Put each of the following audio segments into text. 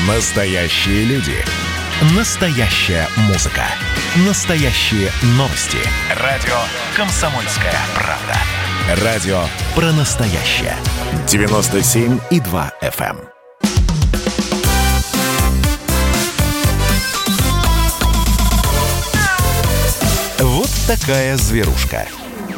Настоящие люди. Настоящая музыка. Настоящие новости. Радио «Комсомольская правда». Радио про настоящее. 97,2 FM. Вот такая зверушка.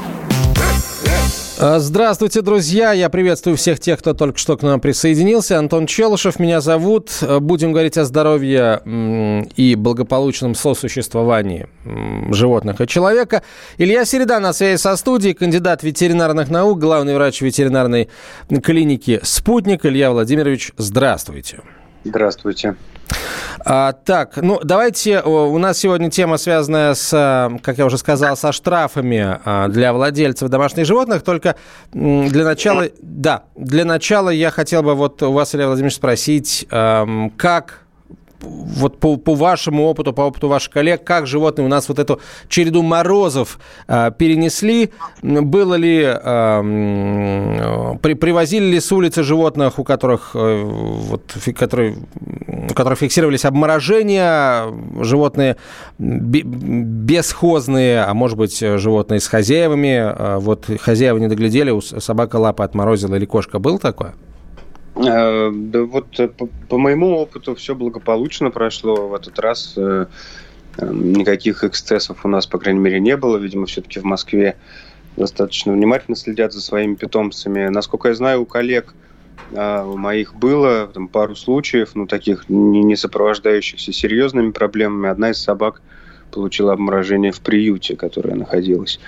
Здравствуйте, друзья! Я приветствую всех тех, кто только что к нам присоединился. Антон Челышев меня зовут. Будем говорить о здоровье и благополучном сосуществовании животных и человека. Илья Середа на связи со студией, кандидат ветеринарных наук, главный врач ветеринарной клиники «Спутник». Илья Владимирович, здравствуйте. Здравствуйте. Так, давайте, у нас сегодня тема, связанная с, как я уже сказал, со штрафами для владельцев домашних животных, только для начала я хотел бы вот у вас, Илья Владимирович, спросить, как... Вот по вашему опыту, по опыту ваших коллег, как животные у нас вот эту череду морозов перенесли? Было ли, привозили ли с улицы животных, у которых фиксировались обморожения, животные бесхозные, а может быть, животные с хозяевами, вот хозяева не доглядели, собака лапы отморозила или кошка, было такое? Да вот по моему опыту все благополучно прошло в этот раз. Никаких эксцессов у нас, по крайней мере, не было. Видимо, все-таки в Москве достаточно внимательно следят за своими питомцами. Насколько я знаю, у коллег у моих было пару случаев, таких не сопровождающихся серьезными проблемами. Одна из собак получила обморожение в приюте, которая находилась.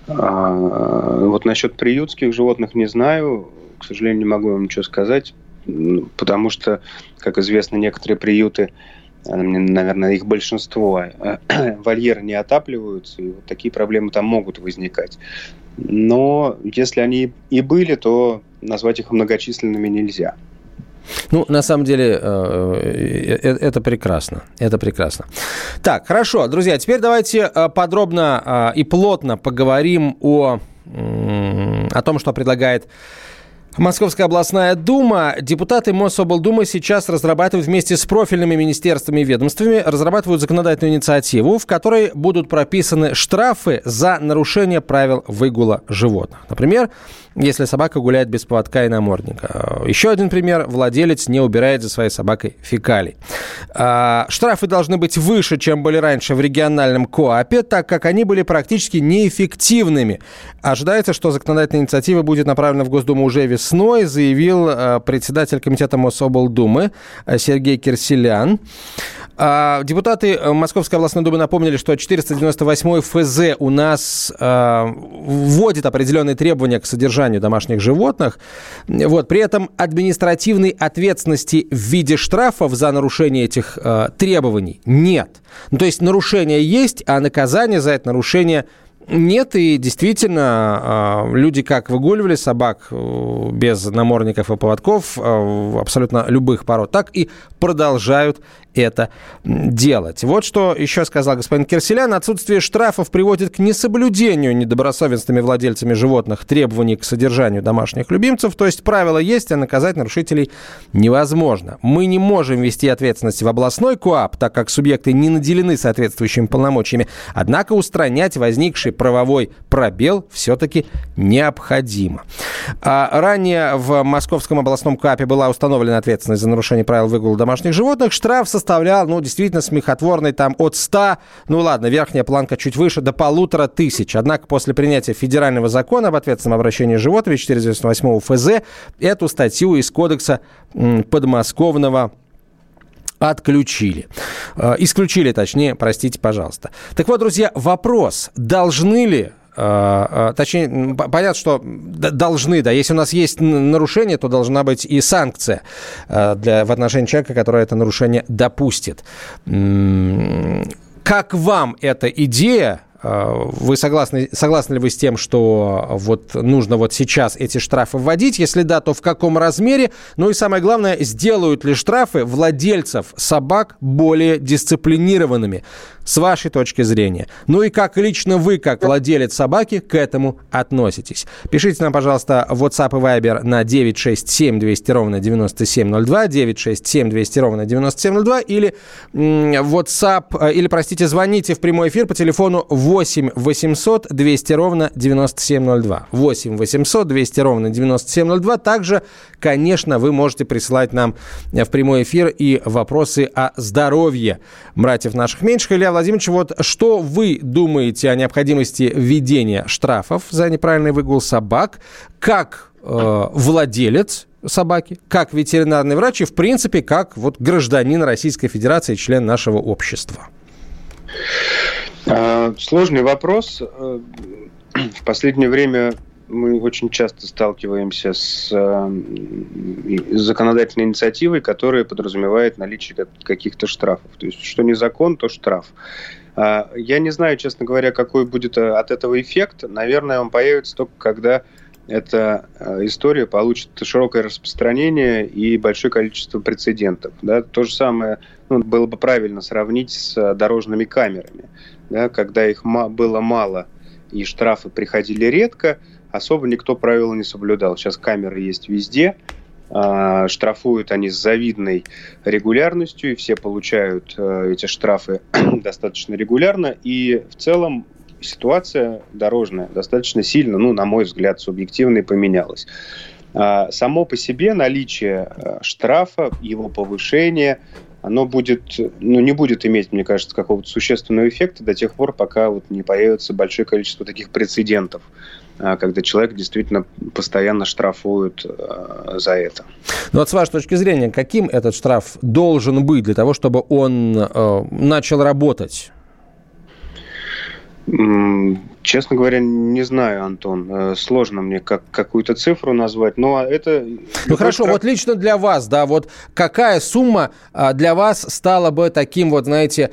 Вот насчет приютских животных не знаю. К сожалению, не могу вам ничего сказать, потому что, как известно, некоторые приюты, наверное, их большинство, вольеры не отапливаются, и вот такие проблемы там могут возникать. Но если они и были, то назвать их многочисленными нельзя. На самом деле, это прекрасно. Это прекрасно. Так, хорошо, друзья, теперь давайте подробно и плотно поговорим о том, что предлагает Московская областная дума. Депутаты Мособлдумы сейчас разрабатывают вместе с профильными министерствами и ведомствами, разрабатывают законодательную инициативу, в которой будут прописаны штрафы за нарушение правил выгула животных. Например, если собака гуляет без поводка и намордника. Еще один пример. Владелец не убирает за своей собакой фекалий. Штрафы должны быть выше, чем были раньше в региональном КоАПе, так как они были практически неэффективными. Ожидается, что законодательная инициатива будет направлена в Госдуму уже весной, заявил председатель комитета Мособлдумы Сергей Кирселян. Депутаты Московской областной думы напомнили, что 498 ФЗ у нас вводит определенные требования к содержанию домашних животных. Вот. При этом административной ответственности в виде штрафов за нарушение этих требований нет. То есть нарушение есть, а наказание за это нарушение нет, и действительно, люди как выгуливали собак без намордников и поводков, абсолютно любых пород, так и продолжают это делать. Вот что еще сказал господин Кирселян. Отсутствие штрафов приводит к несоблюдению недобросовестными владельцами животных требований к содержанию домашних любимцев. То есть правила есть, а наказать нарушителей невозможно. Мы не можем вести ответственность в областной КоАП, так как субъекты не наделены соответствующими полномочиями. Однако устранять возникший правовой пробел все-таки необходимо. Ранее в Московском областном КоАПе была установлена ответственность за нарушение правил выгула домашних животных. Штраф составлял, действительно смехотворный, от 100, верхняя планка чуть выше, до 1500. Однако после принятия федерального закона об ответственном обращении с животными 498 ФЗ эту статью из кодекса подмосковного исключили, простите, пожалуйста. Так вот, друзья, вопрос, должны ли, понятно, что должны, если у нас есть нарушение, то должна быть и санкция в отношении человека, который это нарушение допустит. Как вам эта идея вы согласны ли вы с тем, что вот нужно вот сейчас эти штрафы вводить? Если да, то в каком размере? Ну и самое главное, сделают ли штрафы владельцев собак более дисциплинированными, с вашей точки зрения? Ну и как лично вы, как владелец собаки, к этому относитесь? Пишите нам, пожалуйста, в WhatsApp и Viber на 967 200 ровно 9702, 967 200 ровно 9702, или WhatsApp, или, простите, звоните в прямой эфир по телефону 8 800 200 ровно 9702. 8 800 200 ровно 9702. Также, конечно, вы можете присылать нам в прямой эфир и вопросы о здоровье братьев наших меньших. Илья Владимирович, вот что вы думаете о необходимости введения штрафов за неправильный выгул собак, как владелец собаки, как ветеринарный врач и, в принципе, как вот гражданин Российской Федерации, член нашего общества? Сложный вопрос. В последнее время мы очень часто сталкиваемся с законодательной инициативой, которая подразумевает наличие каких-то штрафов. То есть, что не закон, то штраф. Я не знаю, честно говоря, какой будет от этого эффект. Наверное, он появится только когда эта история получит широкое распространение и большое количество прецедентов. Да? То же самое было бы правильно сравнить с дорожными камерами. Да? Когда их было мало и штрафы приходили редко, особо никто правила не соблюдал. Сейчас камеры есть везде, штрафуют они с завидной регулярностью, и все получают эти штрафы достаточно регулярно. И в целом ситуация дорожная достаточно сильно, на мой взгляд, субъективно поменялась. Само по себе наличие штрафа, его повышение, оно не будет иметь, мне кажется, какого-то существенного эффекта до тех пор, пока не появится большое количество таких прецедентов, когда человек действительно постоянно штрафуют за это. Ну вот с вашей точки зрения, каким этот штраф должен быть для того, чтобы он начал работать? Честно говоря, не знаю, Антон. Сложно мне какую-то цифру назвать, но это... хорошо, вот лично для вас, да, вот какая сумма для вас стала бы таким значком,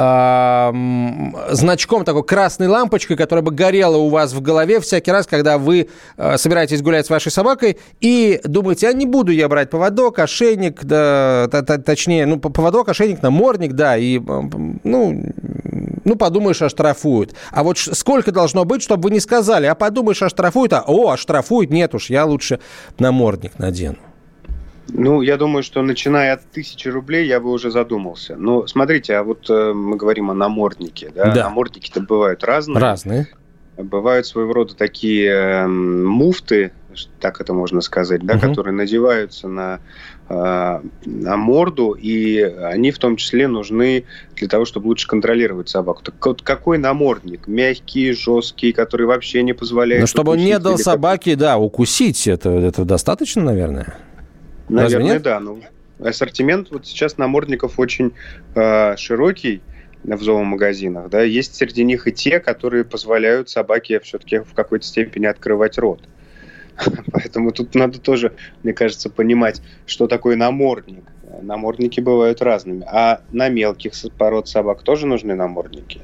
такой красной лампочкой, которая бы горела у вас в голове всякий раз, когда вы собираетесь гулять с вашей собакой и думаете, не буду я брать поводок, ошейник, да, точнее, поводок, ошейник, намордник, да, и, подумаешь, оштрафуют. А вот сколько должно быть, чтобы вы не сказали, подумаешь, оштрафуют, оштрафуют, нет уж, я лучше намордник надену. Я думаю, что начиная от 1000 рублей я бы уже задумался. Но смотрите, мы говорим о наморднике, да? Да. Намордники-то бывают разные. Разные. Бывают своего рода такие муфты, так это можно сказать, да, которые надеваются на морду, и они в том числе нужны для того, чтобы лучше контролировать собаку. Так вот, какой намордник? Мягкий, жесткий, который вообще не позволяет... Но чтобы он не дал собаке, укусить, это достаточно, наверное? Наверное, да. Ассортимент сейчас намордников очень широкий в зоомагазинах. Да? Есть среди них и те, которые позволяют собаке все-таки в какой-то степени открывать рот. Поэтому тут надо тоже, мне кажется, понимать, что такое намордник. Намордники бывают разными. А на мелких пород собак тоже нужны намордники.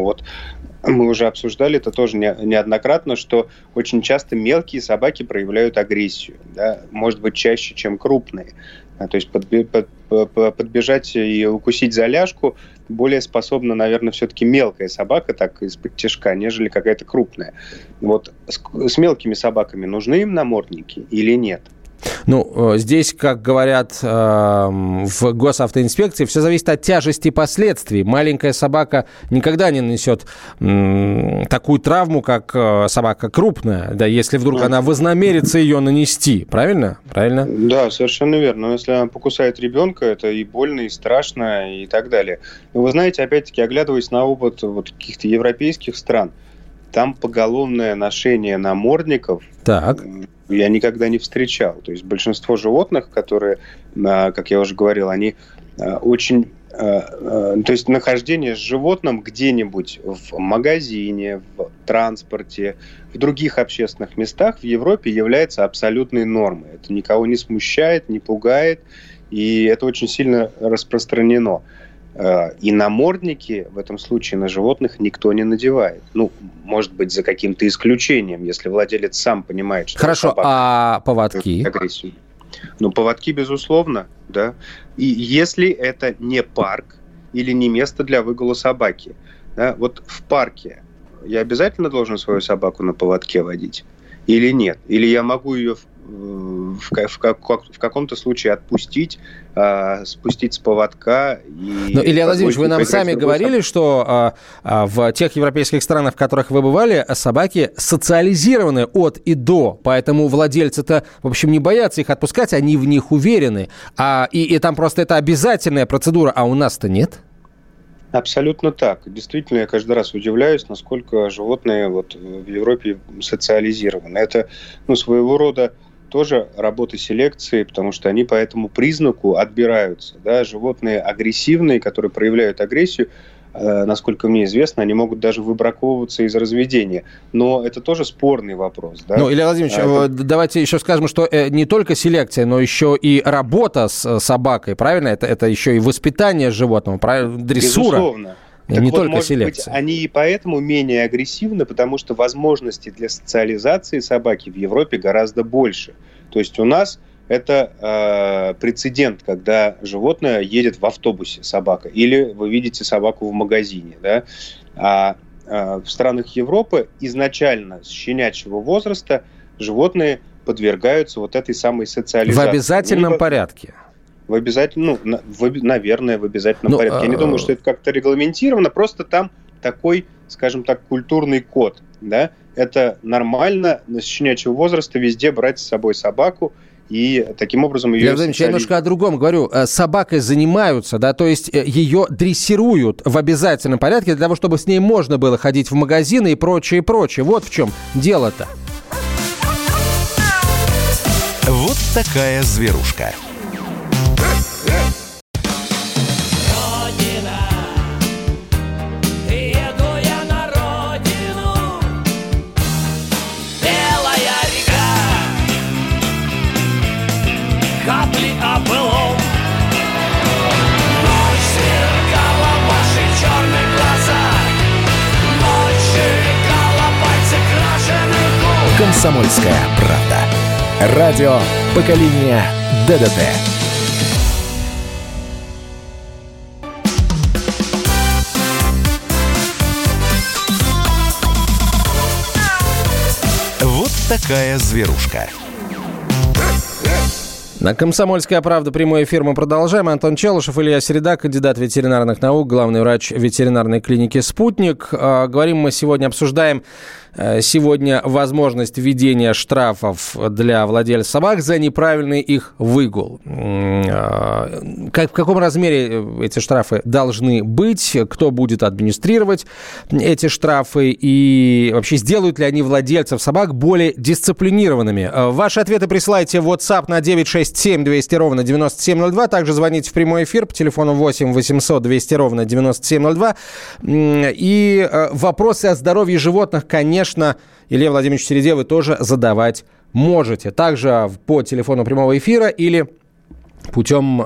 Мы уже обсуждали это тоже неоднократно, что очень часто мелкие собаки проявляют агрессию. Да? Может быть, чаще, чем крупные. То есть подбежать и укусить за ляжку более способна, наверное, все-таки мелкая собака, так из-под тишка, нежели какая-то крупная. С мелкими собаками нужны им намордники или нет? Здесь, как говорят в госавтоинспекции, все зависит от тяжести последствий. Маленькая собака никогда не нанесет такую травму, как собака крупная, да, если вдруг она вознамерится ее нанести. Правильно? Правильно? Да, совершенно верно. Но если она покусает ребенка, это и больно, и страшно, и так далее. Но вы знаете, опять-таки, оглядываясь на опыт каких-то европейских стран, там поголовное ношение намордников я никогда не встречал. То есть большинство животных, которые, как я уже говорил, они очень... То есть нахождение с животным где-нибудь в магазине, в транспорте, в других общественных местах в Европе является абсолютной нормой. Это никого не смущает, не пугает, и это очень сильно распространено. И намордники в этом случае на животных никто не надевает. Ну, может быть, за каким-то исключением, если владелец сам понимает, что... Хорошо, а поводки? Агрессию. Ну, поводки, безусловно, да. И если это не парк или не место для выгула собаки, да, вот в парке я обязательно должен свою собаку на поводке водить или нет? Или я могу ее в каком-то случае отпустить, спустить с поводка. Но, Илья Владимирович, вы нам сами говорили, что в тех европейских странах, в которых вы бывали, собаки социализированы от и до, поэтому владельцы-то, в общем, не боятся их отпускать, они в них уверены. И там просто это обязательная процедура, а у нас-то нет? Абсолютно так. Действительно, я каждый раз удивляюсь, насколько животные вот в Европе социализированы. Это, своего рода тоже работа селекции, потому что они по этому признаку отбираются. Да? Животные агрессивные, которые проявляют агрессию, насколько мне известно, они могут даже выбраковываться из разведения. Но это тоже спорный вопрос. Да? Илья Владимирович, давайте еще скажем, что не только селекция, но еще и работа с собакой, правильно? Это еще и воспитание животного, дрессура. Безусловно. Не так только может селекция. Быть, они и поэтому менее агрессивны, потому что возможностей для социализации собаки в Европе гораздо больше. То есть у нас это прецедент, когда животное едет в автобусе, собака, или вы видите собаку в магазине. Да? А в странах Европы изначально с щенячьего возраста животные подвергаются вот этой самой социализации. В обязательном порядке. В обязательном, наверное, в обязательном порядке. Я не думаю, что это как-то регламентировано, просто там такой, скажем так, культурный код. Да? Это нормально с щенячьего возраста везде брать с собой собаку и таким образом ее... Я немножко о другом говорю. Собакой занимаются, да, то есть ее дрессируют в обязательном порядке для того, чтобы с ней можно было ходить в магазины и прочее, прочее. Вот в чем дело-то. Вот такая зверушка. Капли о былом. Ночь сверкала ваши черные глаза. Ночь сверкала пальцы крашеных губ. «Комсомольская правда». Радио поколения ДДТ. Вот такая зверушка. На «Комсомольская правда» прямой эфир мы продолжаем. Антон Челышев, Илья Середа, кандидат ветеринарных наук, главный врач ветеринарной клиники «Спутник». Говорим мы сегодня, обсуждаем сегодня возможность введения штрафов для владельцев собак за неправильный их выгул. В каком размере эти штрафы должны быть, кто будет администрировать эти штрафы и вообще сделают ли они владельцев собак более дисциплинированными. Ваши ответы присылайте в WhatsApp на 967 200 ровно 9702. Также звоните в прямой эфир по телефону 8 800 200 ровно 9702. И вопросы о здоровье животных, конечно, Илье Владимировичу Середе вы тоже задавать можете. Также по телефону прямого эфира или путем,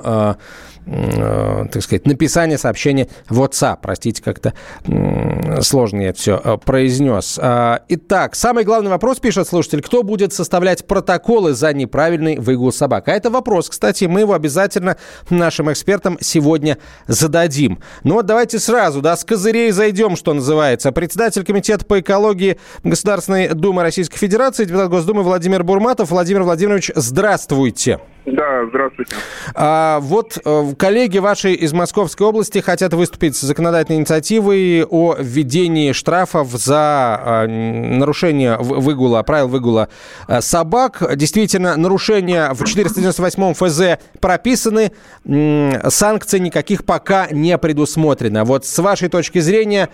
так сказать, написания сообщения в WhatsApp. Простите, как-то сложно я это все произнес. Итак, самый главный вопрос, пишет слушатель, кто будет составлять протоколы за неправильный выгул собак? А это вопрос, кстати, мы его обязательно нашим экспертам сегодня зададим. Ну вот давайте сразу, с козырей зайдем, что называется. Председатель комитета по экологии Государственной Думы Российской Федерации, депутат Госдумы Владимир Бурматов. Владимир Владимирович, здравствуйте. Да, здравствуйте. Вот коллеги ваши из Московской области хотят выступить с законодательной инициативой о введении штрафов за нарушение правил выгула собак. Действительно, нарушения в 498 ФЗ прописаны, санкций никаких пока не предусмотрено. Вот с вашей точки зрения,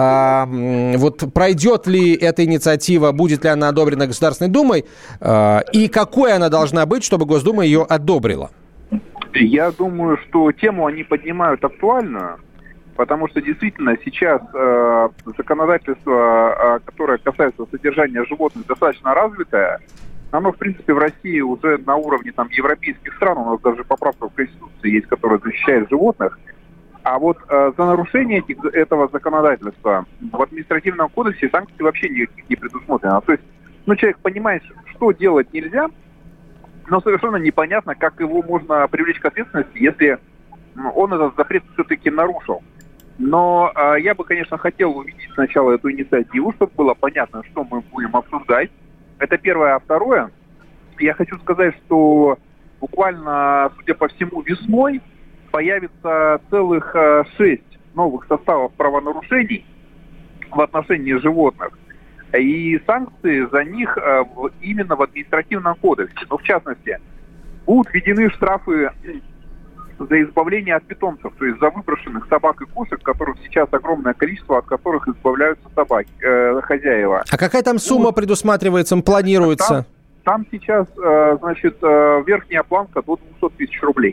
вот пройдет ли эта инициатива, будет ли она одобрена Государственной Думой, и какой она должна быть, чтобы Госдума ее одобрила? Я думаю, что тему они поднимают актуальную, потому что действительно сейчас законодательство, которое касается содержания животных, достаточно развитое. Оно, в принципе, в России уже на уровне европейских стран, у нас даже поправка в Конституции есть, которая защищает животных. А вот за нарушение этого законодательства в административном кодексе санкций вообще никаких не предусмотрено. То есть, человек понимает, что делать нельзя, но совершенно непонятно, как его можно привлечь к ответственности, если он этот запрет все-таки нарушил. Но я бы, конечно, хотел увидеть сначала эту инициативу, чтобы было понятно, что мы будем обсуждать. Это первое. А второе, я хочу сказать, что буквально, судя по всему, весной появится целых 6 новых составов правонарушений в отношении животных. И санкции за них именно в административном кодексе. В частности, будут введены штрафы за избавление от питомцев, то есть за выброшенных собак и кошек, которых сейчас огромное количество, от которых избавляются собаки, хозяева. А какая там сумма предусматривается, планируется? Там сейчас, верхняя планка до 200 тысяч рублей.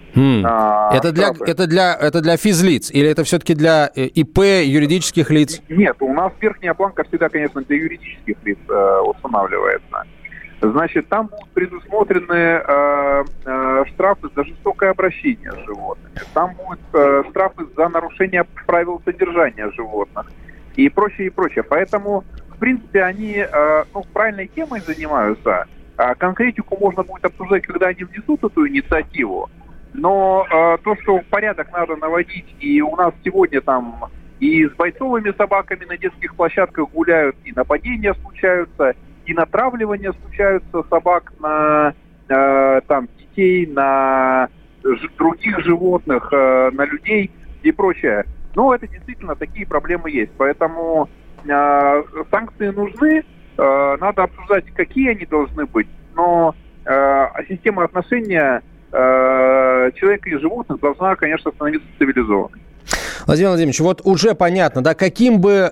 Это для физлиц или это все-таки для ИП, юридических лиц? Нет, у нас верхняя планка всегда, конечно, для юридических лиц устанавливается. Значит, там будут предусмотрены штрафы за жестокое обращение с животными. Там будут штрафы за нарушение правил содержания животных и прочее, и прочее. Поэтому, в принципе, они правильной темой занимаются. Конкретику можно будет обсуждать, когда они внесут эту инициативу. Но то, что порядок надо наводить, и у нас сегодня там и с бойцовыми собаками на детских площадках гуляют, и нападения случаются, и натравливания случаются собак на детей, на других животных, на людей и прочее. Это действительно такие проблемы есть. Поэтому санкции нужны, надо обсуждать, какие они должны быть, но система отношения человека и животных должна, конечно, становиться цивилизованной. Владимир Владимирович, вот уже понятно, да, какие бы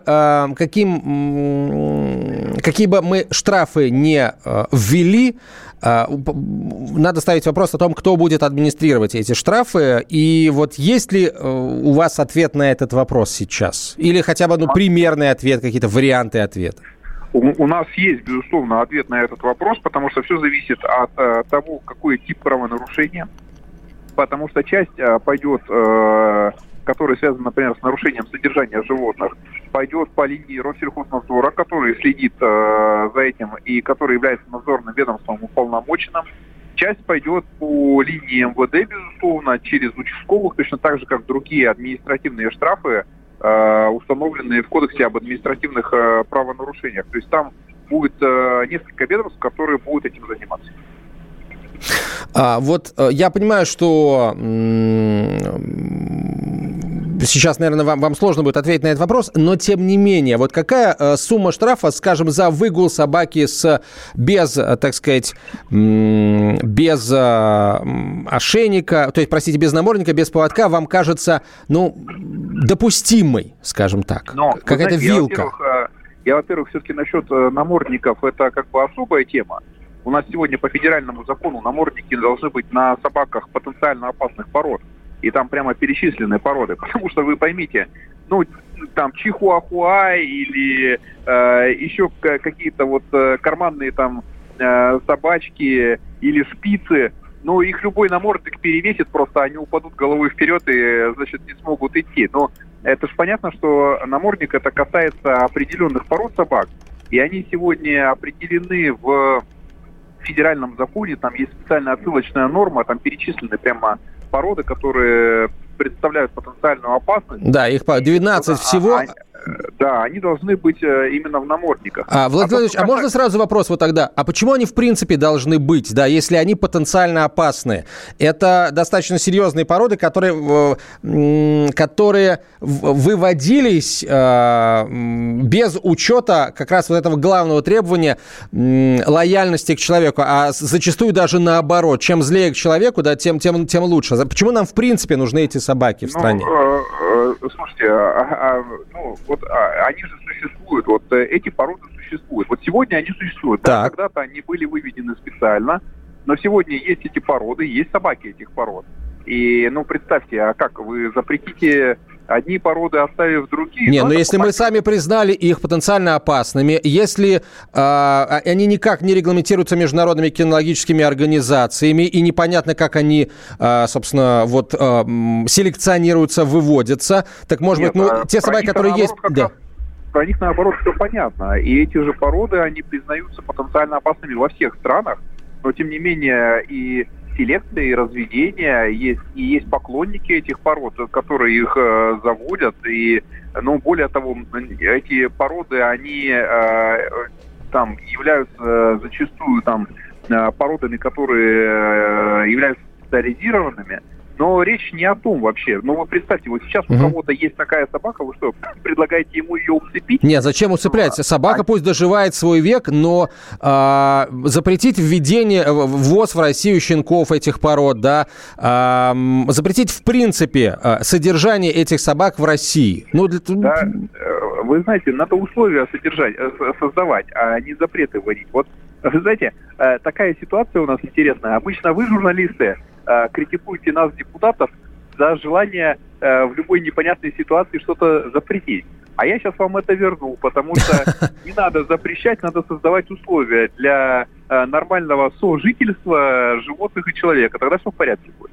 мы штрафы не ввели, надо ставить вопрос о том, кто будет администрировать эти штрафы. И вот есть ли у вас ответ на этот вопрос сейчас? Или хотя бы примерный ответ, какие-то варианты ответа? У нас есть, безусловно, ответ на этот вопрос, потому что все зависит от того, какой тип правонарушения. Потому что часть пойдет, которая связана, например, с нарушением содержания животных, пойдет по линии Россельхознадзора, который следит за этим и который является надзорным ведомством уполномоченным. Часть пойдет по линии МВД, безусловно, через участковых, точно так же, как другие административные штрафы, установленные в Кодексе об административных правонарушениях. То есть там будет несколько ведомств, которые будут этим заниматься. Я понимаю, что сейчас, наверное, вам сложно будет ответить на этот вопрос, но тем не менее, вот какая сумма штрафа, скажем, за выгул собаки без, так сказать, без ошейника, то есть, простите, без намордника, без поводка, вам кажется, допустимой, скажем так? Какая-то вилка. Я, во-первых, все-таки насчет намордников, это как бы особая тема. У нас сегодня по федеральному закону намордники должны быть на собаках потенциально опасных пород. И там прямо перечислены породы. Потому что вы поймите, там чихуахуа или еще какие-то карманные там собачки или шпицы, их любой намордник перевесит, просто они упадут головой вперед и, не смогут идти. Но это же понятно, что намордник это касается определенных пород собак. И они сегодня определены в федеральном законе, там есть специальная отсылочная норма, там перечислены прямо породы, которые представляют потенциальную опасность. Да, их 12 всего. Они должны быть именно в намордниках. Владимир Владимирович, можно сразу вопрос тогда? А почему они в принципе должны быть, если они потенциально опасны? Это достаточно серьезные породы, которые выводились без учета как раз этого главного требования лояльности к человеку, а зачастую даже наоборот. Чем злее к человеку, тем лучше. Почему нам в принципе нужны эти собаки в стране? Слушайте, они же существуют, эти породы существуют. Сегодня они существуют. Да, когда-то они были выведены специально, но сегодня есть эти породы, есть собаки этих пород. И, представьте, а как вы запретите одни породы оставив другие... Не, но если мы сами признали их потенциально опасными, если они никак не регламентируются международными кинологическими организациями, и непонятно, как они, собственно, вот селекционируются, выводятся, так, может быть, те собаки, которые есть... Про них, наоборот, все понятно. И эти же породы, они признаются потенциально опасными во всех странах, но, тем не менее, и селекция, и разведение, есть поклонники этих пород, которые их заводят, и, более того, эти породы, они там являются зачастую там породами, которые являются специализированными. Но речь не о том вообще. Но вы представьте, вот сейчас у кого-то есть такая собака, вы что, предлагаете ему ее уцепить? Нет, зачем уцеплять? Собака пусть доживает свой век, но запретить ввоз в Россию щенков этих пород, да, запретить в принципе содержание этих собак в России. Да, вы знаете, надо условия создавать, а не запреты вводить. Вот, вы знаете, такая ситуация у нас интересная. Обычно вы, журналисты, критикуете нас, депутатов, за желание в любой непонятной ситуации что-то запретить. А я сейчас вам это верну, потому что не надо запрещать, надо создавать условия для нормального сожительства животных и человека. Тогда все в порядке будет.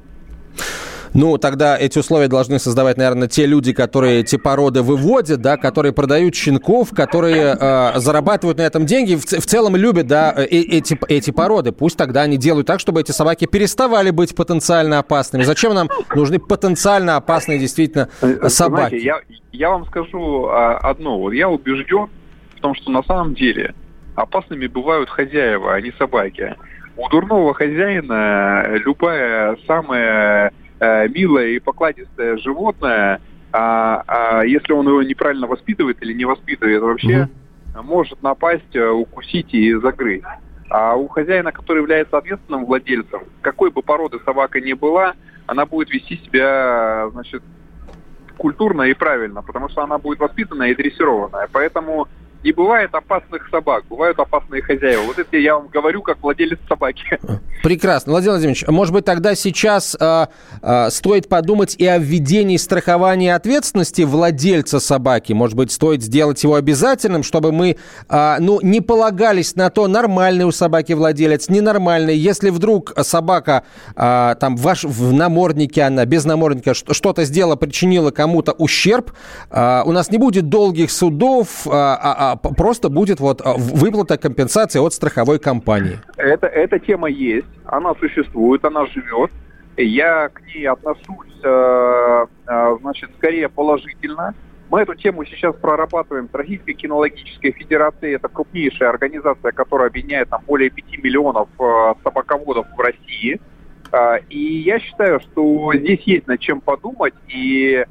Тогда эти условия должны создавать, наверное, те люди, которые эти породы выводят, да, которые продают щенков, которые зарабатывают на этом деньги, в целом любят, да, эти породы. Пусть тогда они делают так, чтобы эти собаки переставали быть потенциально опасными. Зачем нам нужны потенциально опасные действительно собаки? Знаете, я вам скажу одно. Вот я убежден в том, что на самом деле опасными бывают хозяева, а не собаки. У дурного хозяина любая самая милое и покладистое животное, если он его неправильно воспитывает или не воспитывает, вообще может напасть, укусить и загрызть. А у хозяина, который является ответственным владельцем, какой бы породы собака ни была, она будет вести себя, значит, культурно и правильно, потому что она будет воспитанная и дрессированная. Поэтому не бывает опасных собак, бывают опасные хозяева. Вот это я вам говорю как владелец собаки. Прекрасно. Владимир Владимирович, может быть, тогда сейчас стоит подумать и о введении страхования ответственности владельца собаки. Может быть, стоит сделать его обязательным, чтобы мы не полагались на то, нормальный у собаки владелец, ненормальный. Если вдруг собака в наморднике, она без намордника что-то сделала, причинила кому-то ущерб, у нас не будет долгих судов, просто будет выплата компенсации от страховой компании. Эта тема есть, она существует, она живет. Я к ней отношусь, скорее положительно. Мы эту тему сейчас прорабатываем с Российской кинологической федерацией. Это крупнейшая организация, которая объединяет более 5 миллионов собаководов в России. И я считаю, что здесь есть над чем подумать. И,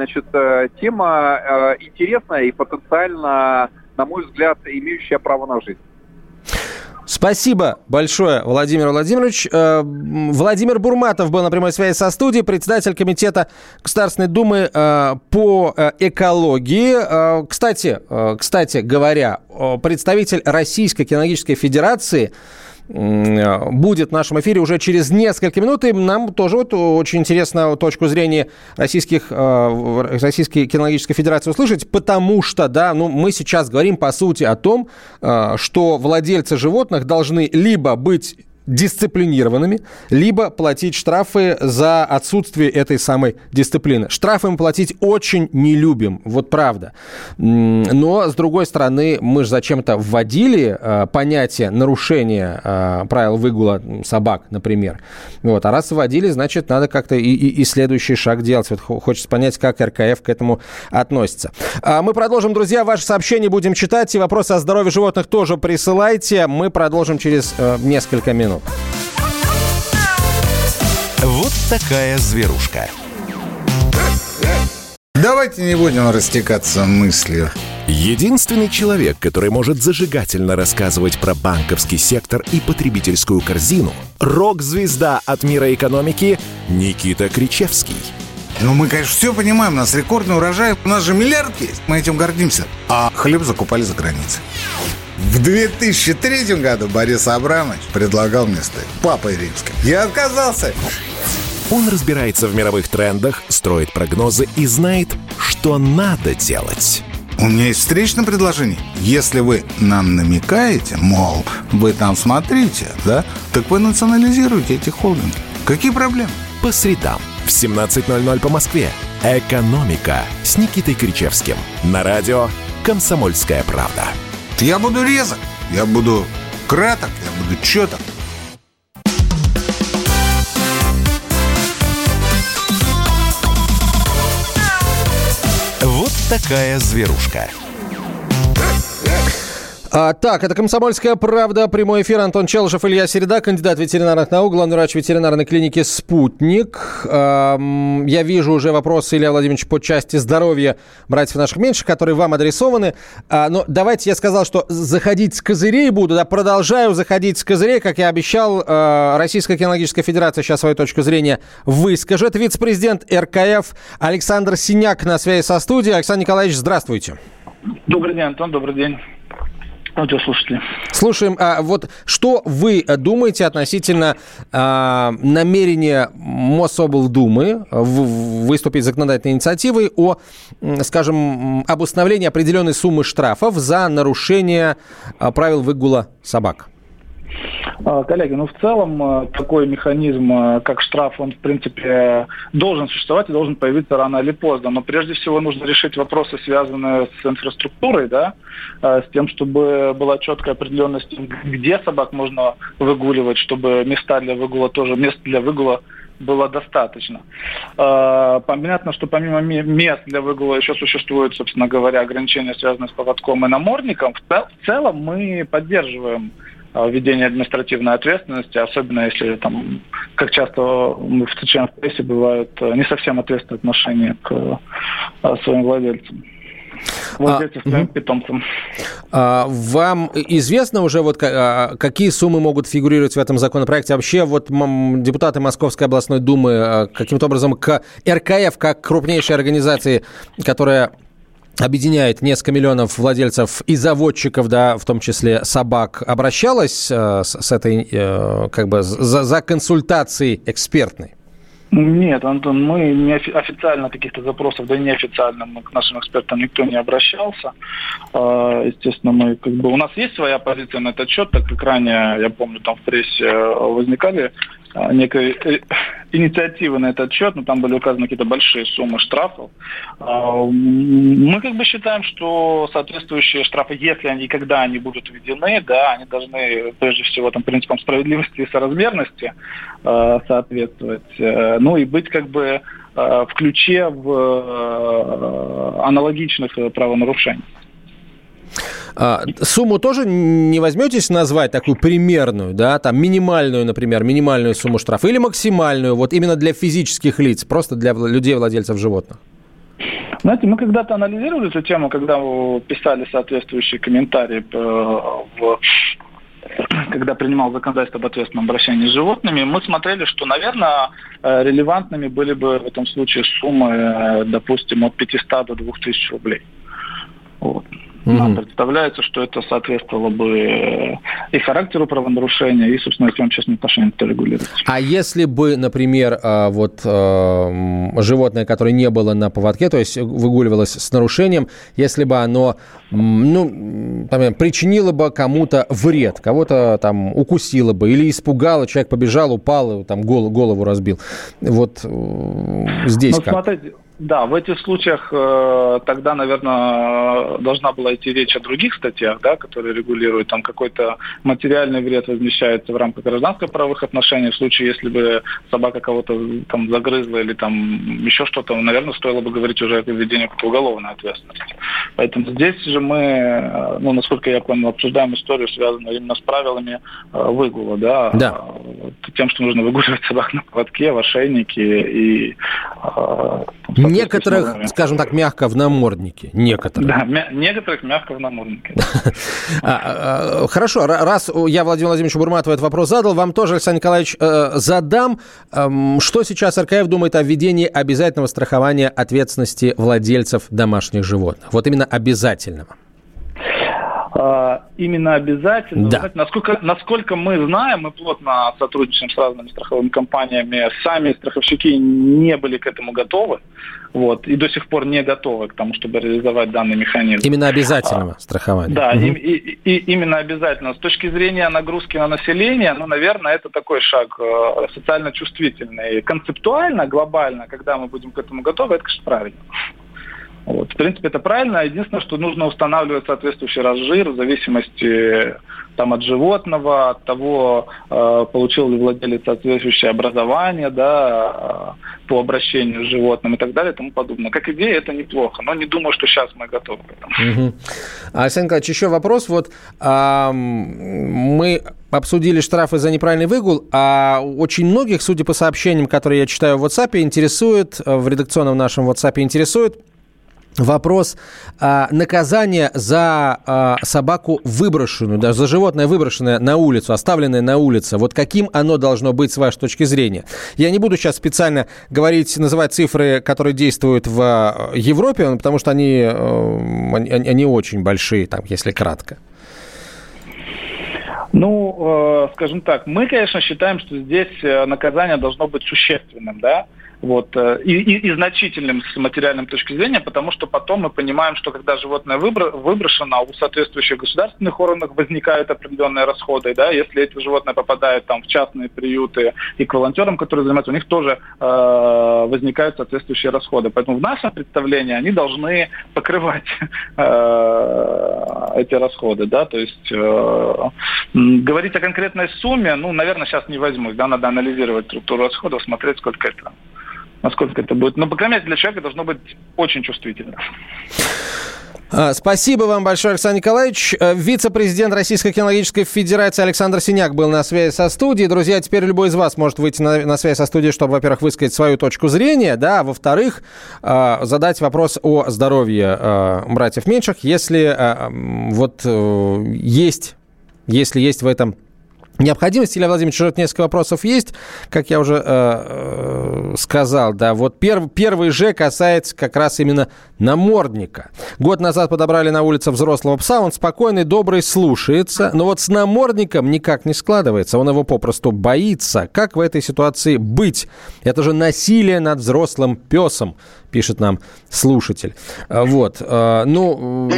тема интересная и потенциально, на мой взгляд, имеющая право на жизнь. Спасибо большое, Владимир Владимирович. Владимир Бурматов был на прямой связи со студией, председатель комитета Государственной Думы по экологии. Кстати говоря, представитель Российской кинологической федерации будет в нашем эфире уже через несколько минут. И нам тоже очень интересно точку зрения Российской кинологической федерации услышать, потому что, мы сейчас говорим, по сути, о том, что владельцы животных должны либо быть дисциплинированными, либо платить штрафы за отсутствие этой самой дисциплины. Штрафы мы платить очень не любим, вот правда. Но, с другой стороны, мы же зачем-то вводили понятие нарушения правил выгула собак, например. А раз вводили, значит, надо как-то и следующий шаг делать. Хочется понять, как РКФ к этому относится. Мы продолжим, друзья, ваши сообщения будем читать, и вопросы о здоровье животных тоже присылайте. Мы продолжим через несколько минут. Вот такая зверушка. Давайте не будем растекаться мыслью. Единственный человек, который может зажигательно рассказывать про банковский сектор и потребительскую корзину, рок-звезда от мира экономики Никита Кричевский. Мы, конечно, все понимаем, у нас рекордный урожай, у нас же миллиард есть, мы этим гордимся. А хлеб закупали за границей. В 2003 году Борис Абрамович предлагал мне стать папой римским. Я отказался. Он разбирается в мировых трендах, строит прогнозы и знает, что надо делать. У меня есть встречное предложение. Если вы нам намекаете, мол, вы там смотрите, да, так вы национализируете эти холдинги. Какие проблемы? По средам в 17:00 по Москве. «Экономика» с Никитой Кричевским. На радио «Комсомольская правда». Я буду резок, я буду краток, я буду чёток. Вот такая зверушка. Так, это «Комсомольская правда», прямой эфир. Антон Челышев, Илья Середа, кандидат ветеринарных наук, главный врач ветеринарной клиники «Спутник». Я вижу уже вопросы, Илья Владимирович, по части здоровья братьев наших меньших, которые вам адресованы. Но давайте, я сказал, что заходить с козырей буду, да, продолжаю заходить с козырей, как я обещал. Российская кинологическая федерация сейчас свою точку зрения выскажет. Вице-президент РКФ Александр Синяк на связи со студией. Александр Николаевич, здравствуйте. Добрый день, Антон, добрый день. Радиослушатели. Слушаем, вот что вы думаете относительно намерения Мособлдумы выступить с законодательной инициативой о, скажем, об установлении определенной суммы штрафов за нарушение правил выгула собак? Коллеги, в целом такой механизм, как штраф, он, в принципе, должен существовать и должен появиться рано или поздно. Но прежде всего нужно решить вопросы, связанные с инфраструктурой, да, с тем, чтобы была четкая определенность, где собак можно выгуливать, чтобы мест для выгула было достаточно. Понятно, что помимо мест для выгула еще существуют, собственно говоря, ограничения, связанные с поводком и намордником. В целом мы поддерживаем введение административной ответственности, особенно если там, как часто мы встречаем в прессе, бывают не совсем ответственные отношения к своим владельцам. Своим питомцам. Вам известно уже, какие суммы могут фигурировать в этом законопроекте? Вообще, депутаты Московской областной думы каким-то образом к РКФ, как крупнейшей организации, которая объединяет несколько миллионов владельцев и заводчиков, да, в том числе собак, обращалась с этой, за консультацией экспертной? Нет, Антон, мы не официально каких-то запросов, да и неофициально к нашим экспертам никто не обращался. Естественно, у нас есть своя позиция на этот счет, так как ранее, я помню, там в прессе возникали некие инициативы на этот счет, но там были указаны какие-то большие суммы штрафов. Мы считаем, что соответствующие штрафы, если они когда они будут введены, да, они должны прежде всего принципам справедливости и соразмерности соответствовать, и быть в ключе в аналогичных правонарушений. Сумму тоже не возьметесь назвать такую примерную, да, там минимальную, например, минимальную сумму штрафа или максимальную, именно для физических лиц, просто для людей, владельцев животных? Знаете, мы когда-то анализировали эту тему, когда писали соответствующие комментарии когда принимал законодательство об ответственном обращении с животными, мы смотрели, что, наверное, релевантными были бы в этом случае суммы, допустим, от 500 до 2000 рублей. Нам представляется, что это соответствовало бы и характеру правонарушения, и, собственно, тем общественным отношениям, которые регулируются. А если бы, например, животное, которое не было на поводке, то есть выгуливалось с нарушением, если бы оно причинило бы кому-то вред, кого-то там укусило бы или испугало, человек побежал, упал, голову разбил. Здесь как? Смотрите, да, в этих случаях тогда, наверное, должна была идти речь о других статьях, да, которые регулируют, какой-то материальный вред возмещается в рамках гражданско-правовых отношений. В случае, если бы собака кого-то загрызла или еще что-то, наверное, стоило бы говорить уже о введении какой-то уголовной ответственности. Поэтому здесь же мы, насколько я понял, обсуждаем историю, связанную именно с правилами выгула, да. Тем, что нужно выгуливать собак на поводке, в ошейнике и... Некоторых, скажем так, мягко в наморднике. Некоторых. Да, некоторых мягко в наморднике. Хорошо, раз я Владимиру Владимировичу Бурматову этот вопрос задал, вам тоже, Александр Николаевич, задам. Что сейчас РКФ думает о введении обязательного страхования ответственности владельцев домашних животных? Именно обязательного. Именно обязательно. Да. Знаете, насколько мы знаем, мы плотно сотрудничаем с разными страховыми компаниями, сами страховщики не были к этому готовы, вот, и до сих пор не готовы к тому, чтобы реализовать данный механизм. Именно обязательного страхования. Да, и именно обязательно. С точки зрения нагрузки на население, наверное, это такой шаг социально чувствительный. Концептуально, глобально, когда мы будем к этому готовы, это, конечно, правильно. Вот. В принципе, это правильно. Единственное, что нужно устанавливать соответствующий разжир в зависимости от животного, от того, получил ли владелец соответствующее образование, да, по обращению с животным и так далее и тому подобное. Как идея, это неплохо, но не думаю, что сейчас мы готовы к этому. Александр Николаевич, еще вопрос. Вот мы обсудили штрафы за неправильный выгул, а очень многих, судя по сообщениям, которые я читаю в WhatsApp, интересует, в редакционном нашем WhatsApp интересует вопрос наказания за собаку выброшенную, даже за животное, выброшенное на улицу, оставленное на улице. Вот каким оно должно быть с вашей точки зрения? Я не буду сейчас специально называть цифры, которые действуют в Европе, потому что они очень большие, там, если кратко. Скажем так, мы, конечно, считаем, что здесь наказание должно быть существенным, да, вот, и значительным с материальной точки зрения, потому что потом мы понимаем, что когда животное выброшено, у соответствующих государственных органов возникают определенные расходы, да, если эти животные попадают в частные приюты и к волонтерам, которые занимаются, у них тоже возникают соответствующие расходы. Поэтому в нашем представлении они должны покрывать эти расходы, да, то есть говорить о конкретной сумме, наверное, сейчас не возьмусь, да, надо анализировать структуру расходов, смотреть, насколько это будет. Но, по крайней мере, для человека должно быть очень чувствительно. Спасибо вам большое, Александр Николаевич. Вице-президент Российской кинологической федерации Александр Синяк был на связи со студией. Друзья, теперь любой из вас может выйти на связь со студией, чтобы, во-первых, высказать свою точку зрения, да, а во-вторых, задать вопрос о здоровье братьев меньших, если есть в этом необходимость. Илья Владимирович, уже несколько вопросов есть, как я уже сказал, да, вот первый же касается как раз именно намордника. Год назад подобрали на улице взрослого пса, он спокойный, добрый, слушается, но вот с намордником никак не складывается, он его попросту боится. Как в этой ситуации быть? Это же насилие над взрослым песом, пишет нам слушатель. Вот, Антон,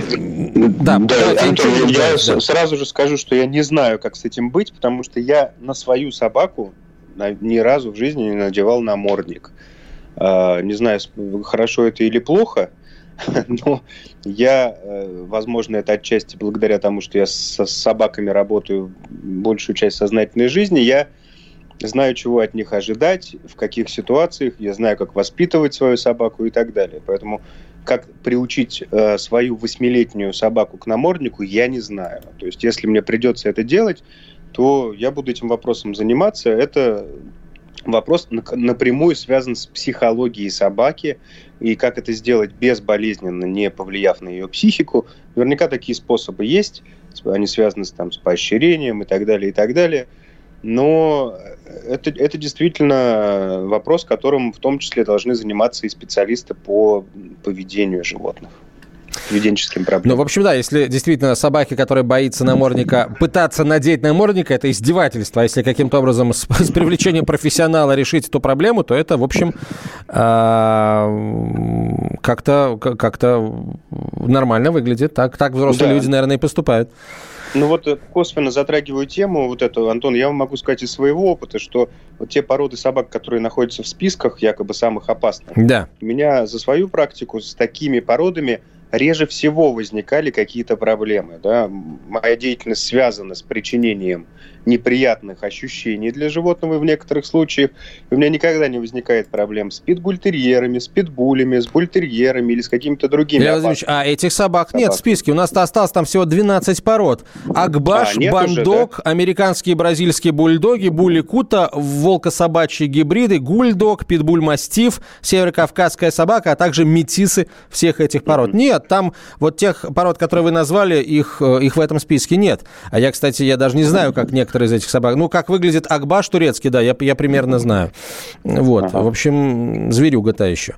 я сразу же скажу, что я не знаю, как с этим быть, потому что я на свою собаку ни разу в жизни не надевал намордник. Не знаю, хорошо это или плохо, но я, возможно, это отчасти благодаря тому, что я с собаками работаю большую часть сознательной жизни, я знаю, чего от них ожидать, в каких ситуациях, я знаю, как воспитывать свою собаку и так далее. Поэтому как приучить свою 8-летнюю собаку к наморднику, я не знаю. То есть, если мне придется это делать, то я буду этим вопросом заниматься. Это вопрос напрямую связан с психологией собаки, и как это сделать безболезненно, не повлияв на ее психику. Наверняка такие способы есть, они связаны с поощрением и так далее, и так далее. Но это действительно вопрос, которым в том числе должны заниматься и специалисты по поведению животных, поведенческим проблемам. В общем, да, если действительно собаке, которая боится намордника, пытаться надеть намордник, это издевательство. А если каким-то образом с привлечением профессионала решить эту проблему, то это, в общем, как-то нормально выглядит. Так взрослые люди, наверное, и поступают. Косвенно затрагиваю тему эту, Антон, я вам могу сказать из своего опыта, что те породы собак, которые находятся в списках якобы самых опасных, да. У меня за свою практику с такими породами реже всего возникали какие-то проблемы. Да? Моя деятельность связана с причинением неприятных ощущений для животного в некоторых случаях. У меня никогда не возникает проблем с питбультерьерами, с питбулями, с бультерьерами или с какими-то другими. А этих собак нет в списке. У нас осталось там всего 12 пород. Акбаш, бандок, да? Американские и бразильские бульдоги, булли-кута, волко-собачьи гибриды, гульдог, питбуль-мастиф, северокавказская собака, а также метисы всех этих пород. Нет, там вот тех пород, которые вы назвали, их в этом списке нет. А я, кстати, даже не знаю, как некоторые некоторые из этих собак. Ну, как выглядит акбаш турецкий, да, я примерно знаю. Вот, в общем, зверюга та еще.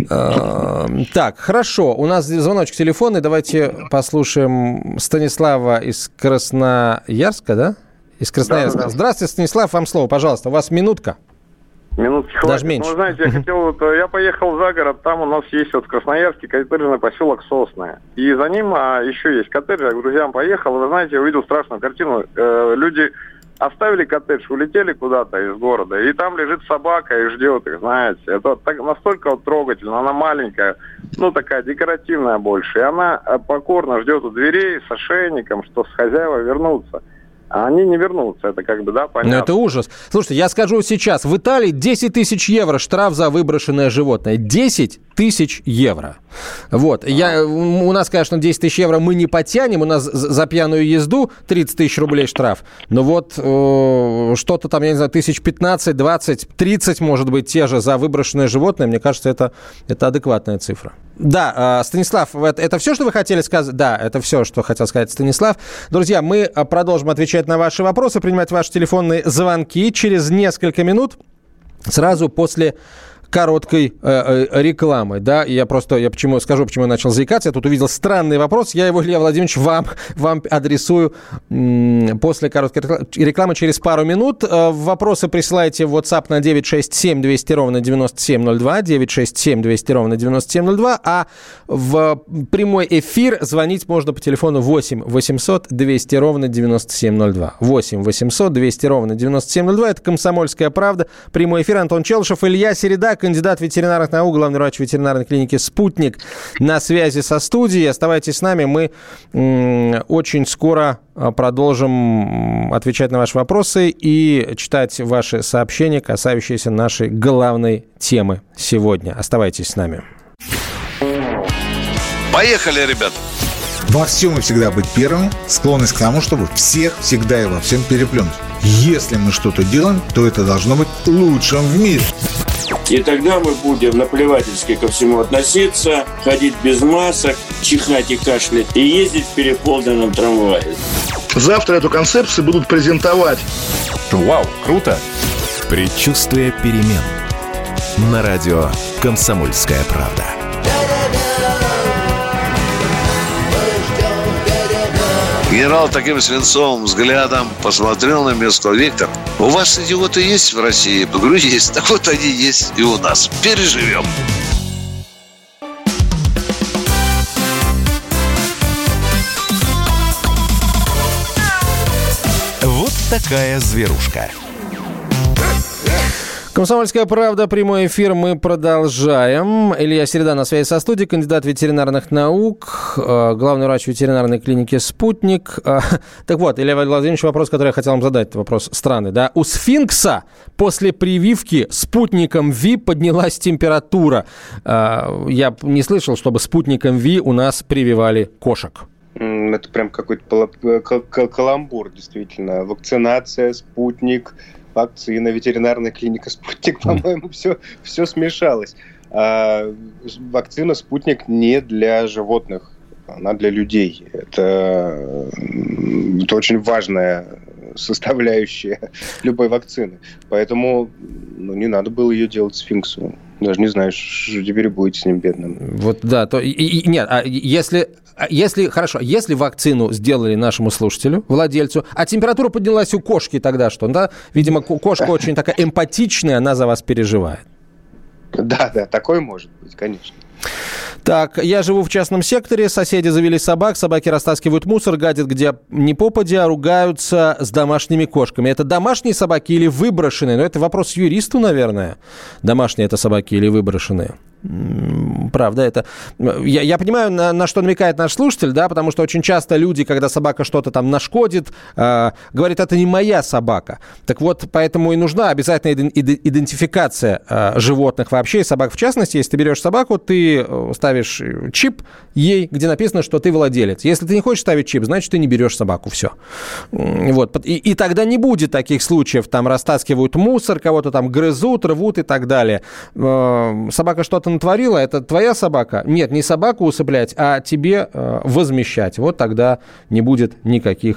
Так, хорошо, у нас звоночек телефонный, давайте послушаем Станислава из Красноярска, да? Из Красноярска. Да. Здравствуйте, Станислав, вам слово, пожалуйста, у вас минутка. Минутки хватит. Даже меньше. Ну, знаете, я поехал за город, там у нас есть в Красноярске коттеджный поселок Сосны. И за ним еще есть коттедж, я к друзьям поехал, и вы знаете, я увидел страшную картину. Люди оставили коттедж, улетели куда-то из города, и там лежит собака и ждет их, знаете. Это настолько трогательно, она маленькая, такая декоративная больше. И она покорно ждет у дверей с ошейником, что с хозяева вернутся. А они не вернутся, это понятно. Ну, это ужас. Слушайте, я скажу сейчас, в Италии 10 тысяч евро штраф за выброшенное животное. 10 тысяч евро. Вот. У нас, конечно, 10 тысяч евро мы не потянем, у нас за пьяную езду 30 тысяч рублей штраф. Но вот что-то там, я не знаю, 15, 20, 30, может быть, те же за выброшенное животное, мне кажется, это адекватная цифра. Да, Станислав, это все, что вы хотели сказать? Да, это все, что хотел сказать Станислав. Друзья, мы продолжим отвечать на ваши вопросы, принимать ваши телефонные звонки через несколько минут, сразу после короткой рекламы, да, почему я начал заикаться, я тут увидел странный вопрос, я его, Илья Владимирович, вам адресую после короткой рекламы через пару минут. Вопросы присылайте в WhatsApp на 967 200 ровно 9702, 967 200 ровно 9702, а в прямой эфир звонить можно по телефону 8 800 200 ровно 9702, 8 800 200 ровно 9702, это «Комсомольская правда», прямой эфир, Антон Челышев, Илья Середа, кандидат ветеринарных наук, главный врач ветеринарной клиники «Спутник» на связи со студией. Оставайтесь с нами, мы очень скоро продолжим отвечать на ваши вопросы и читать ваши сообщения, касающиеся нашей главной темы сегодня. Оставайтесь с нами. Поехали, ребята! Во всем и всегда быть первыми, склонность к тому, чтобы всех, всегда и во всем переплюнуть. Если мы что-то делаем, то это должно быть лучшим в мире. И тогда мы будем наплевательски ко всему относиться, ходить без масок, чихать и кашлять и ездить в переполненном трамвае. Завтра эту концепцию будут презентовать. Вау, круто! Предчувствие перемен. На радио «Комсомольская правда». Генерал таким свинцовым взглядом посмотрел на меня и сказал: Виктор, у вас идиоты есть в России? Я говорю, есть. Так вот они есть и у нас. Переживем. Вот такая зверушка. «Комсомольская правда», прямой эфир, мы продолжаем. Илья Середа на связи со студией, кандидат ветеринарных наук, главный врач ветеринарной клиники «Спутник». Так вот, Илья Владимирович, вопрос, который я хотел вам задать, вопрос странный, да? У сфинкса после прививки спутником ВИ поднялась температура. Я не слышал, чтобы спутником ВИ у нас прививали кошек. Это прям какой-то каламбур, действительно. Вакцинация, спутник, вакцина, ветеринарная клиника «Спутник», по-моему, все смешалось. Вакцина «Спутник» не для животных, она для людей. Это очень важная составляющая любой вакцины. Поэтому не надо было ее делать сфинксу. Даже не знаю, что теперь будет с ним бедным. Вот да, нет, а если вакцину сделали нашему слушателю, владельцу, а температура поднялась у кошки, тогда что? Да? Видимо, кошка очень такая эмпатичная, она за вас переживает. Да, такое может быть, конечно. Так, я живу в частном секторе, соседи завели собак, собаки растаскивают мусор, гадят где ни попадя, ругаются с домашними кошками. Это домашние собаки или выброшенные? Но это вопрос юристу, наверное. Домашние это собаки или выброшенные? Правда, это... Я понимаю, на что намекает наш слушатель, да, потому что очень часто люди, когда собака что-то там нашкодит, говорят, это не моя собака. Так вот, поэтому и нужна обязательная идентификация животных вообще, и собак в частности. Если ты берешь собаку, ты ставишь чип ей, где написано, что ты владелец. Если ты не хочешь ставить чип, значит, ты не берешь собаку, все. Вот. И тогда не будет таких случаев, там растаскивают мусор, кого-то там грызут, рвут и так далее. Собака что-то натворила, это твоя собака? Нет, не собаку усыплять, а тебе возмещать. Вот тогда не будет никаких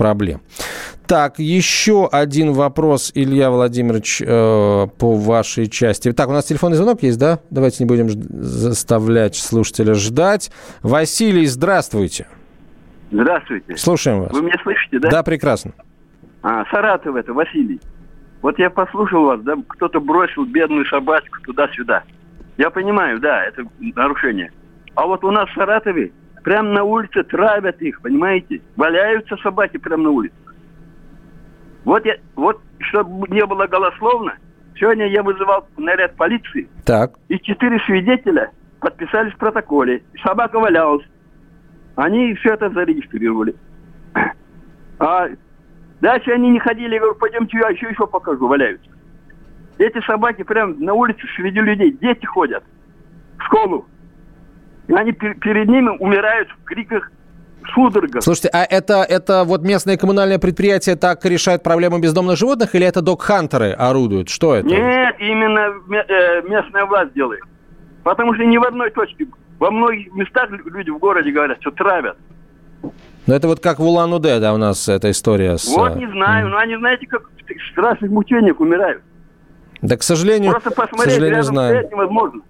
проблем. Так, еще один вопрос, Илья Владимирович, по вашей части. Так, у нас телефонный звонок есть, да? Давайте не будем заставлять слушателя ждать. Василий, здравствуйте. Здравствуйте. Слушаем вас. Вы меня слышите, да? Да, прекрасно. Саратов это, Василий. Вот я послушал вас, да, кто-то бросил бедную собачку туда-сюда. Я понимаю, да, это нарушение. А вот у нас в Саратове прямо на улице травят их, понимаете? Валяются собаки прямо на улице. Вот, чтобы не было голословно, сегодня я вызывал наряд полиции. Так. И 4 свидетеля подписались в протоколе. Собака валялась. Они все это зарегистрировали. А дальше они не ходили, я говорю, пойдемте, я еще покажу, валяются. Эти собаки прям на улице среди людей, дети ходят в школу. И они перед ними умирают в криках, судорогах. Слушайте, а это вот местное коммунальное предприятие так решает проблему бездомных животных, или это док-хантеры орудуют? Что это? Нет, именно местная власть делает. Потому что ни в одной точке, во многих местах люди в городе говорят, что травят. Ну, это вот как в Улан-Удэ, да, у нас эта история с... Вот не знаю, но они, знаете, как в страшных мучениях умирают. Да, к сожалению, просто посмотреть, рядом знаем. стоять невозможно.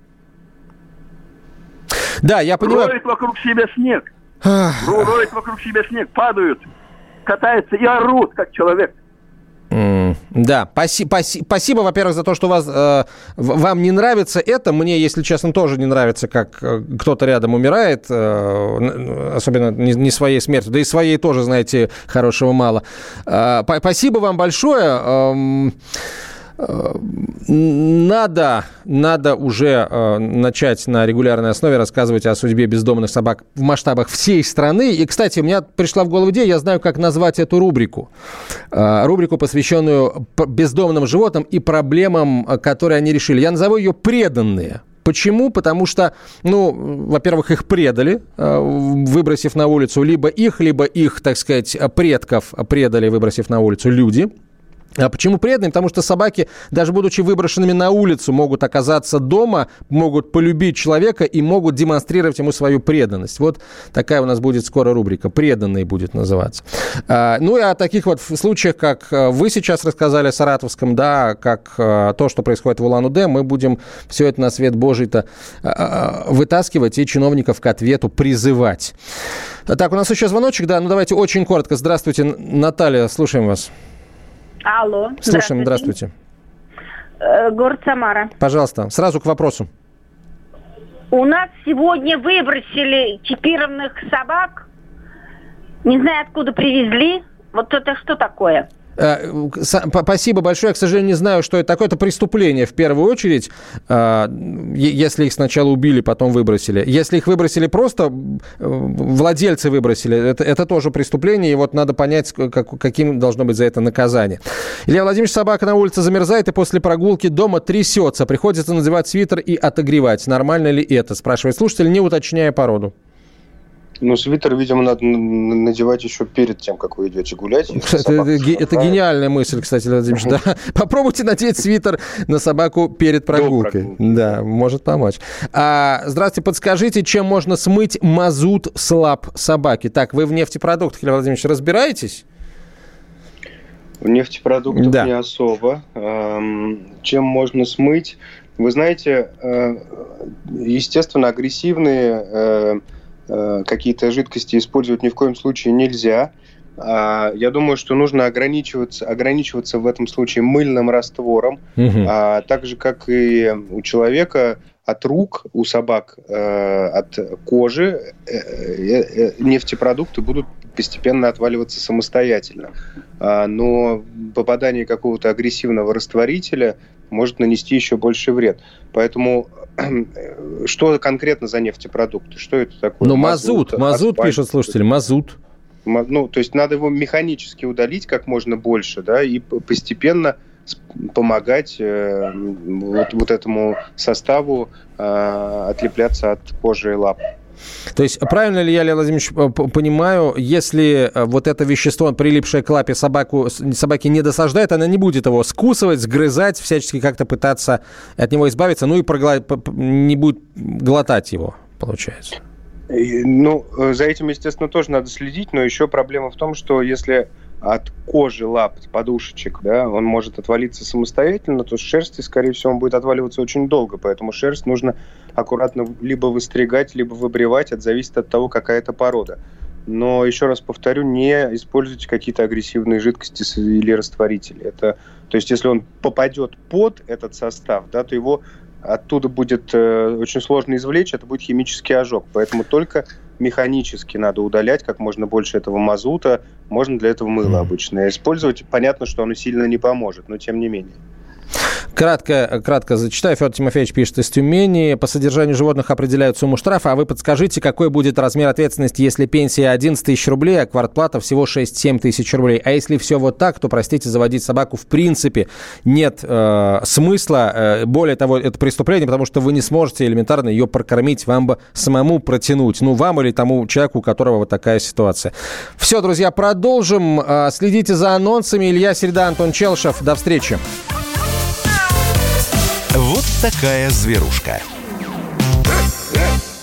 Да, я понимаю. Роют вокруг себя снег. Роют вокруг себя снег, падают, катаются и орут, как человек. Да, спасибо, во-первых, за то, что вам не нравится это. Мне, если честно, тоже не нравится, как кто-то рядом умирает, особенно не своей смертью. Да и своей тоже, знаете, хорошего мало. Спасибо вам большое. Надо уже начать на регулярной основе рассказывать о судьбе бездомных собак в масштабах всей страны. И, кстати, у меня пришла в голову идея, я знаю, как назвать эту рубрику. Рубрику, посвященную бездомным животным и проблемам, которые они решили. Я назову ее «Преданные». Почему? Потому что, во-первых, их предали, выбросив на улицу, либо их, так сказать, предков предали, выбросив на улицу люди. А почему преданные? Потому что собаки, даже будучи выброшенными на улицу, могут оказаться дома, могут полюбить человека и могут демонстрировать ему свою преданность. Вот такая у нас будет скоро рубрика «Преданные» будет называться. Ну и о таких вот случаях, как вы сейчас рассказали о Саратовском, да, как то, что происходит в Улан-Удэ, мы будем все это на свет Божий-то вытаскивать и чиновников к ответу призывать. Так, у нас еще звоночек, да, давайте очень коротко. Здравствуйте, Наталья, слушаем вас. Алло. Слушаем, здравствуйте. Город Самара. Пожалуйста, сразу к вопросу. У нас сегодня выбросили чипированных собак. Не знаю, откуда привезли. Вот это что такое? Спасибо большое. Я, к сожалению, не знаю, что это такое. Это преступление, в первую очередь. Если их сначала убили, потом выбросили. Если их выбросили просто, владельцы выбросили, это тоже преступление. И вот надо понять, каким должно быть за это наказание. Илья Владимирович, собака на улице замерзает и после прогулки дома трясется. Приходится надевать свитер и отогревать. Нормально ли это? Спрашивает слушатель, не уточняя породу. Свитер, видимо, надо надевать еще перед тем, как вы идете гулять. Это гениальная мысль, кстати, Владимир. Да. Попробуйте надеть свитер на собаку перед прогулкой. Да, может помочь. Здравствуйте, подскажите, чем можно смыть мазут с лап собаки? Так, вы в нефтепродуктах, Илья Владимирович, разбираетесь? В нефтепродуктах не особо. Чем можно смыть? Вы знаете, естественно, агрессивные... какие-то жидкости использовать ни в коем случае нельзя. Я думаю, что нужно ограничиваться в этом случае мыльным раствором, так же, как и у человека, от рук, у собак, от кожи нефтепродукты будут постепенно отваливаться самостоятельно. Но попадание какого-то агрессивного растворителя может нанести еще больший вред. Поэтому что конкретно за нефтепродукты? Что это такое? Мазут пишут слушатели, мазут. То есть надо его механически удалить как можно больше, да, и постепенно помогать вот этому составу отлепляться от кожи и лап. То есть, правильно ли я, Илья Владимирович, понимаю, если вот это вещество, прилипшее к лапе, собаке не досаждает, она не будет его скусывать, сгрызать, всячески как-то пытаться от него избавиться, и не будет глотать его, получается? Ну, за этим, естественно, тоже надо следить, но еще проблема в том, что если от кожи лап, подушечек, да, он может отвалиться самостоятельно, то с шерсти, скорее всего, он будет отваливаться очень долго, поэтому шерсть нужно аккуратно либо выстригать, либо выбривать, это зависит от того, какая это порода. Но, еще раз повторю, не используйте какие-то агрессивные жидкости или растворители. То есть, если он попадет под этот состав, да, то его оттуда будет очень сложно извлечь, это будет химический ожог. Поэтому только механически надо удалять как можно больше этого мазута. Можно для этого мыло обычное использовать. Понятно, что оно сильно не поможет, но тем не менее. Кратко зачитаю. Федор Тимофеевич пишет из Тюмени. По содержанию животных определяют сумму штрафа, а вы подскажите, какой будет размер ответственности, если пенсия 11 тысяч рублей, а квартплата всего 6-7 тысяч рублей. А если все вот так, то, простите, заводить собаку в принципе нет смысла. Более того, это преступление, потому что вы не сможете элементарно ее прокормить, вам бы самому протянуть. Ну, вам или тому человеку, у которого вот такая ситуация. Все, друзья, продолжим. Следите за анонсами. Илья Середа, Антон Челшев. До встречи. Вот такая зверушка.